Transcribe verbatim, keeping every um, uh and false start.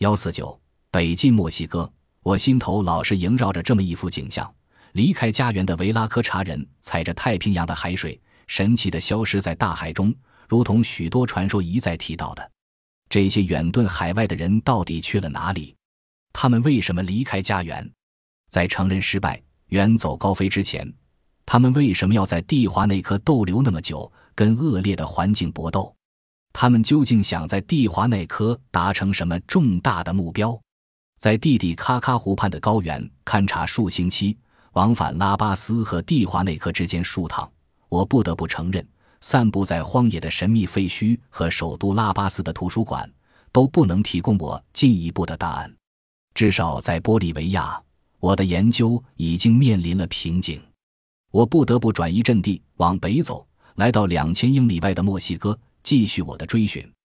一四九北进墨西哥，我心头老是萦绕着这么一幅景象：离开家园的维拉科查人踩着太平洋的海水，神奇地消失在大海中，如同许多传说一再提到的。这些远遁海外的人到底去了哪里？他们为什么离开家园？在承认失败、远走高飞之前，他们为什么要在蒂华内科逗留那么久，跟恶劣的环境搏斗？他们究竟想在蒂华内科达成什么重大的目标？在蒂蒂卡卡湖畔的高原勘察数星期，往返拉巴斯和蒂华内科之间数趟，我不得不承认，散布在荒野的神秘废墟和首都拉巴斯的图书馆都不能提供我进一步的答案。至少在玻利维亚，我的研究已经面临了瓶颈。我不得不转移阵地，往北走，来到两千英里外的墨西哥，继续我的追寻。